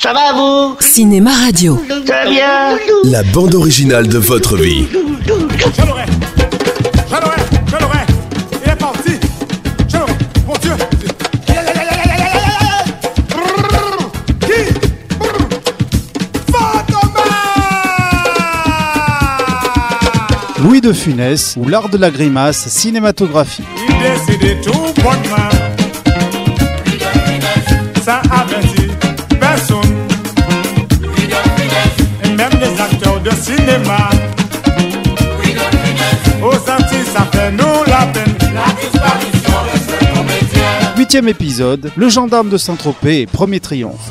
Ça va vous? Cinéma Radio. Ça va bien? La bande originale de votre vie. Je l'aurai. Il est parti. Je l'aurai. Mon Dieu. Louis de Funès ou l'art de la grimace cinématographique. Il décide tout bonnement. Ça avertit personne. Et même les acteurs de cinéma. Aux Antilles, ça fait nous la peine. La disparition de ce comédien. 8e épisode, Le Gendarme de Saint-Tropez et premier triomphe.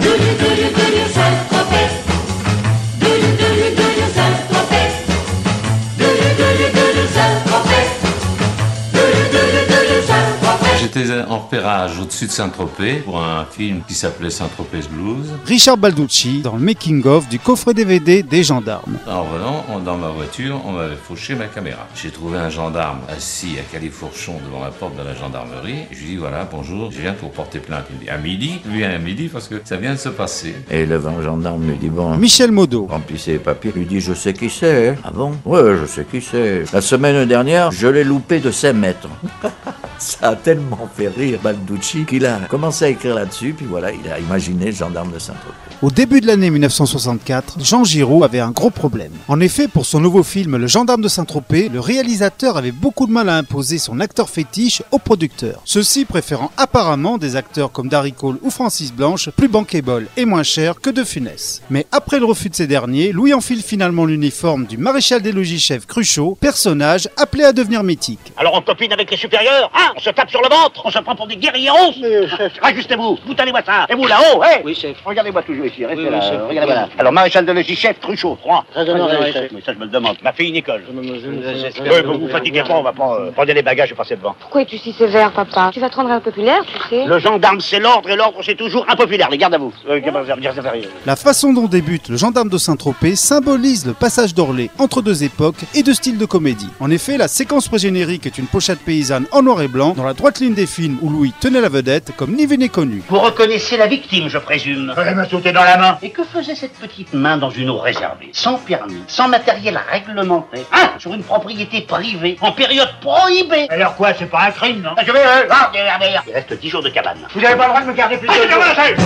J'étais en repérage au-dessus de Saint-Tropez pour un film qui s'appelait Saint-Tropez Blues. Richard Balducci dans le making-of du coffret DVD des gendarmes. En revenant, dans ma voiture, on m'avait fauché ma caméra. J'ai trouvé un gendarme assis à Califourchon devant la porte de la gendarmerie. Je lui dis voilà, bonjour, je viens pour porter plainte. Il me dit à midi, parce que ça vient de se passer. Et le gendarme lui dit bon, Michel Modo. remplissez les papiers. Il lui dit je sais qui c'est. Ah bon? Ouais, je sais qui c'est. La semaine dernière, je l'ai loupé de 5 mètres. Ça a tellement fait rire Balducci qu'il a commencé à écrire là-dessus, puis voilà, il a imaginé le gendarme de Saint-Tropez. Au début de l'année 1964, Jean Giraud avait un gros problème. En effet, pour son nouveau film Le Gendarme de Saint-Tropez, le réalisateur avait beaucoup de mal à imposer son acteur fétiche au producteur. Ceux-ci préférant apparemment des acteurs comme Darry Cole ou Francis Blanche, plus bankable et moins chers que de Funès. Mais après le refus de ces derniers, Louis enfile finalement l'uniforme du maréchal des logis-chefs Cruchot, personnage appelé à devenir mythique. Alors on copine avec les supérieurs, hein? On se tape sur le ventre, on se prend pour des guerrieros. Rajustez-vous, vous tenez-moi ça. Et vous là-haut, hein? Oui, chef. Regardez-moi toujours ici, restez là, regardez-moi là. Alors maréchal de logis-chef Cruchot, 3. Très honoré, chef. Mais ça je me le demande. Ma fille Nicole. Oui, vous vous fatiguez pas, on va pas prendre les bagages et passer devant. Pourquoi es-tu si sévère, papa? Tu vas te rendre impopulaire, tu sais. Le gendarme c'est l'ordre et l'ordre c'est toujours impopulaire, les gardes à vous. La façon dont débute Le Gendarme de Saint-Tropez symbolise le passage d'Orlé entre deux époques et deux styles de comédie. En effet, la séquence pré-générique est une pochade paysanne en noir et blanc dans la droite ligne des films où Louis tenait la vedette comme ni vu ni connu. Vous reconnaissez la victime, je présume. Elle m'a sauté dans la main. Et que faisait cette petite main dans une eau réservée, sans permis, sans matériel réglementé, hein, sur une propriété privée, en période prohibée? Alors quoi, c'est pas un crime, non? Je vais, il reste 10 jours de cabane. Vous n'avez pas le droit de me garder plus de 2 jours.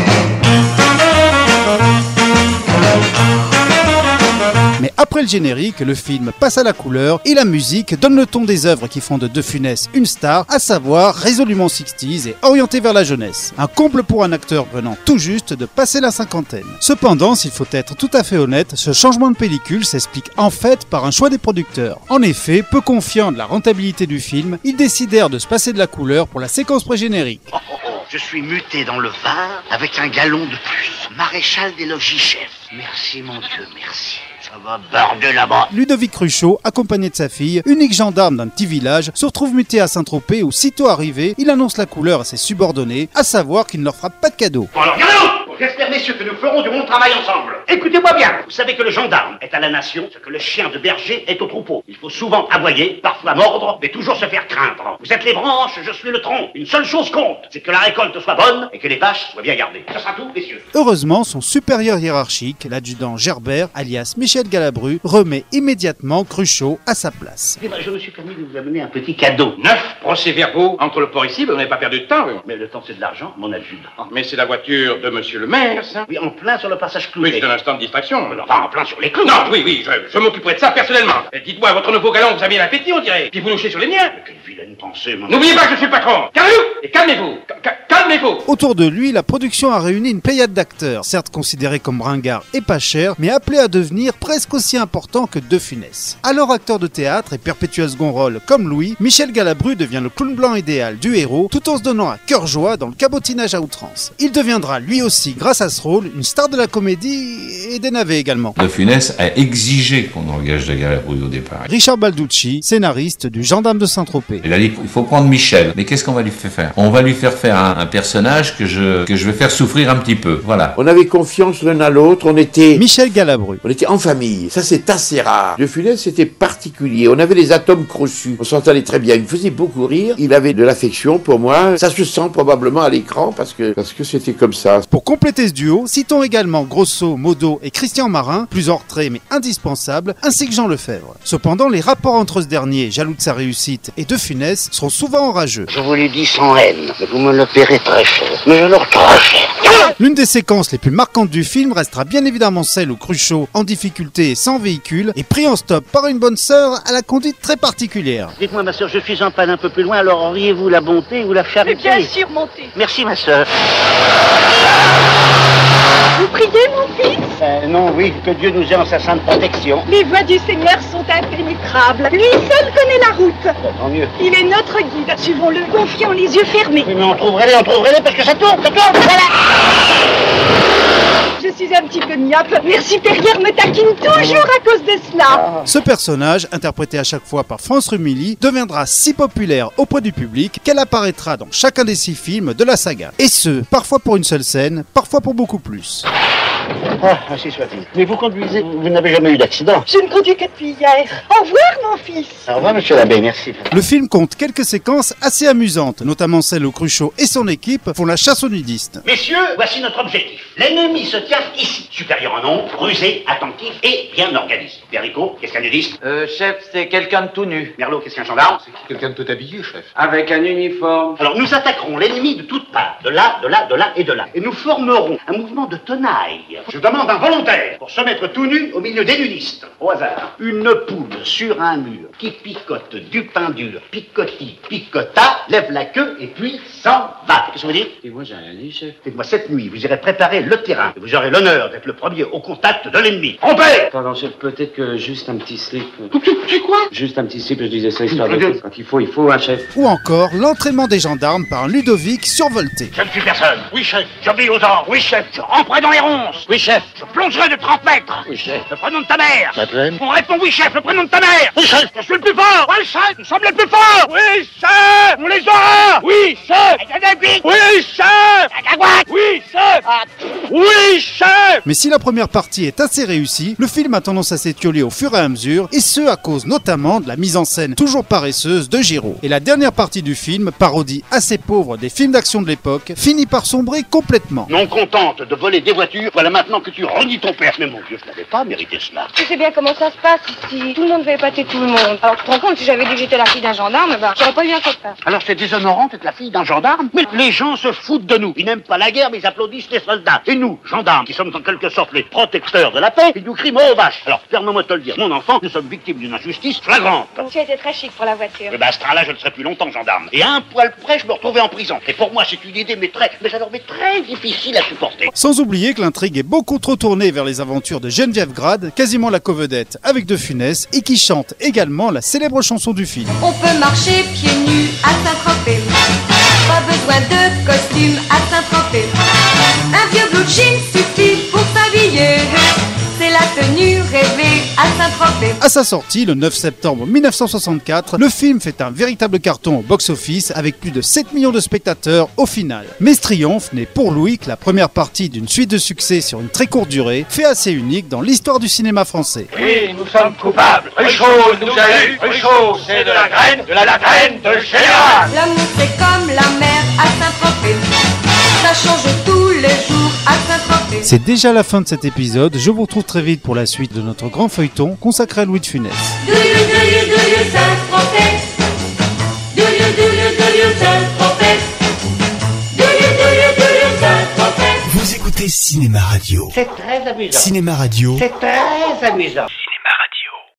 Mais après le générique, le film passe à la couleur et la musique donne le ton des œuvres qui font de Funès une star, à savoir résolument 60s et orienté vers la jeunesse. Un comble pour un acteur venant tout juste de passer la cinquantaine. Cependant, s'il faut être tout à fait honnête, ce changement de pellicule s'explique en fait par un choix des producteurs. En effet, peu confiants de la rentabilité du film, ils décidèrent de se passer de la couleur pour la séquence pré-générique. Je suis muté dans le Var avec un galon de plus. Maréchal des logis-chefs. Merci mon Dieu, merci. Ça va barder là-bas. Ludovic Cruchot, accompagné de sa fille, unique gendarme d'un petit village, se retrouve muté à Saint-Tropez où, sitôt arrivé, il annonce la couleur à ses subordonnés, à savoir qu'il ne leur fera pas de cadeau. Bon alors, regardez-nous! J'espère, messieurs, que nous ferons du bon travail ensemble. Écoutez-moi bien. Vous savez que le gendarme est à la nation ce que le chien de berger est au troupeau. Il faut souvent aboyer, parfois mordre, mais toujours se faire craindre. Vous êtes les branches, je suis le tronc. Une seule chose compte, c'est que la récolte soit bonne et que les vaches soient bien gardées. Ce sera tout, messieurs. Heureusement, son supérieur hiérarchique, l'adjudant Gerbert, alias Michel Galabru, remet immédiatement Cruchot à sa place. Eh ben, je me suis permis de vous amener un petit cadeau. 9 procès-verbaux entre le port ici, vous n'avez pas perdu de temps. Mais le temps c'est de l'argent, mon adjudant. Mais c'est la voiture de monsieur le maire, ça? Oui, en plein sur le passage cloué. Oui, c'est un instant de distraction. Enfin, en plein sur les clous. Non, oui, je m'occuperai de ça personnellement. Dites-moi, votre nouveau galant vous a mis l'appétit, on dirait. Puis vous louchez sur les miens. Mais quelle vilaine pensée, mon... N'oubliez pas que je suis le patron. Calmez-vous et calmez-vous. Calmez-vous. Autour de lui, la production a réuni une pléiade d'acteurs, certes considérés comme ringards et pas chers, mais appelés à devenir presque aussi importants que De Funès. Alors acteur de théâtre et perpétuel second rôle comme Louis, Michel Galabru devient le clown blanc idéal du héros, tout en se donnant à cœur joie dans le cabotinage à outrance. Il deviendra lui aussi, grâce à ce rôle, une star de la comédie et des navets également. De Funès a exigé qu'on engage de Galabru au départ. Richard Balducci, scénariste du Gendarme de Saint-Tropez. Il a dit il faut prendre Michel. Mais qu'est-ce qu'on va lui faire? On va lui faire un personnage que je vais faire souffrir un petit peu. Voilà. On avait confiance l'un à l'autre, on était... Michel Galabru. On était en famille, ça c'est assez rare. De Funès c'était particulier, on avait les atomes crochus, on s'entendait très bien, il me faisait beaucoup rire, il avait de l'affection pour moi, ça se sent probablement à l'écran parce que c'était comme ça. Pour compléter ce duo, citons également Grosso, Modo et Christian Marin, plus hors trait mais indispensable, ainsi que Jean Lefebvre. Cependant, les rapports entre ce dernier, jaloux de sa réussite, et De Funès seront souvent orageux. Je vous l'ai dit sans haine, mais vous me le paierez très cher. Mais alors trop cher. L'une des séquences les plus marquantes du film restera bien évidemment celle où Cruchot, en difficulté et sans véhicule, est pris en stop par une bonne sœur à la conduite très particulière. Dites-moi ma sœur, je suis en panne un peu plus loin, alors auriez-vous la bonté ou la charité? Mais bien sûr, mon fils. Merci ma sœur. Vous priez, mon fils? Non, oui, que Dieu nous ait en sa sainte protection. Les voies du Seigneur sont impénétrables. Lui seul connaît la route. Tant mieux. Il est notre guide. Suivons-le, confiants, les yeux fermés. Oui, mais on trouverait les parce que ça tourne, voilà. Je suis un petit peu myope. Mes supérieurs me taquinent toujours à cause de cela. Ce personnage, interprété à chaque fois par France Rumilly, deviendra si populaire auprès du public qu'elle apparaîtra dans chacun des 6 films de la saga. Et ce, parfois pour une seule scène, parfois pour beaucoup plus. Ah, ainsi soit-il. Mais vous conduisez, vous n'avez jamais eu d'accident? Je ne conduis que depuis hier. Au revoir, mon fils. Au revoir, monsieur l'abbé, merci. Le film compte quelques séquences assez amusantes, notamment celle où Cruchot et son équipe font la chasse aux nudistes. Messieurs, voici notre objectif. L'ennemi se tient ici. Supérieur en nombre, rusé, attentif et bien organisé. Berrico, qu'est-ce qu'un nudiste? Chef, c'est quelqu'un de tout nu. Merlot, qu'est-ce qu'un gendarme? C'est quelqu'un de tout habillé, chef. Avec un uniforme. Alors nous attaquerons l'ennemi de toutes parts, de là et de là. Et nous formerons un mouvement de tenaille. Je demande un volontaire pour se mettre tout nu au milieu des nudistes. Au hasard, une poule sur un mur qui picote du pain dur. Picoti, picota, lève la queue et puis s'en va. Qu'est-ce que vous dites? Et moi, j'ai rien dit, chef. Dites-moi, cette nuit, vous irez préparer le terrain. Et vous aurez l'honneur d'être le premier au contact de l'ennemi. Trompez! Pardon, chef, peut-être que juste un petit slip. Tu quoi? Juste un petit slip, je disais ça histoire de... Quand il faut, un chef. Ou encore l'entraînement des gendarmes par un Ludovic survolté. Je ne suis personne. Oui, chef. J'obéis aux ordres. Oui, chef. Je ramperai dans les ronces. Oui, chef. Je plongerai de 30 mètres. Oui, chef. Le prénom de ta mère. Madeleine. On répond oui, chef. Le prénom de ta mère. Oui, chef. Je suis le plus fort. Oui, chef. Nous sommes les plus forts. Oui, chef. On les aura. Oui, chef. Oui, chef. Oui, chef. Oui, chef. Mais si la première partie est assez réussie, le film a tendance à s'étioler au fur et à mesure, et ce à cause notamment de la mise en scène toujours paresseuse de Giraud. Et la dernière partie du film, parodie assez pauvre des films d'action de l'époque, finit par sombrer complètement. Non contente de voler des voitures, voilà maintenant que tu renies ton père. Mais mon Dieu, je n'avais pas mérité cela. Tu sais bien comment ça se passe ici. Tout le monde veut épater tout le monde. Alors tu te rends compte, si j'avais dit que j'étais la fille d'un gendarme, j'aurais pas eu un copain. Alors c'est déshonorant d'être la fille d'un gendarme? Mais les gens se foutent de nous. Ils n'aiment pas la guerre, mais ils applaudissent les soldats. Et nous, gendarmes, qui sommes en quelque sorte les protecteurs de la paix, ils nous crient mot aux vaches. Alors, permets-moi de te le dire, mon enfant, nous sommes victimes d'une injustice flagrante. Tu étais très chic pour la voiture. Mais à ce train-là, je ne serai plus longtemps gendarme. Et à un poil près, je me retrouvais en prison. Et pour moi, c'est une idée, mais très difficile à supporter. Sans oublier que l'intrigue est beaucoup trop tournée vers les aventures de Geneviève Grade, quasiment la covedette avec De Funès, et qui chante également la célèbre chanson du film. On peut marcher pieds nus à Saint-Tropez. Pas besoin de costume à Saint-Tropez. Un vieux blue jean suffit pour s'habiller. C'est la tenue rêvée à Saint-Tropez. À sa sortie, le 9 septembre 1964, le film fait un véritable carton au box-office avec plus de 7 millions de spectateurs au final. Mais ce triomphe n'est pour Louis que la première partie d'une suite de succès sur une très courte durée, fait assez unique dans l'histoire du cinéma français. Oui, nous sommes coupables. Ruchot nous a eu. Ruchot, c'est de la graine de général. L'amour c'est comme la mer à Saint-Tropez. Ça change tous les jours à Saint-Tropez. C'est déjà la fin de cet épisode, je vous retrouve très vite pour la suite de notre grand feuilleton consacré à Louis de Funès. Vous écoutez Cinéma Radio. C'est très amusant. Cinéma Radio. C'est très amusant.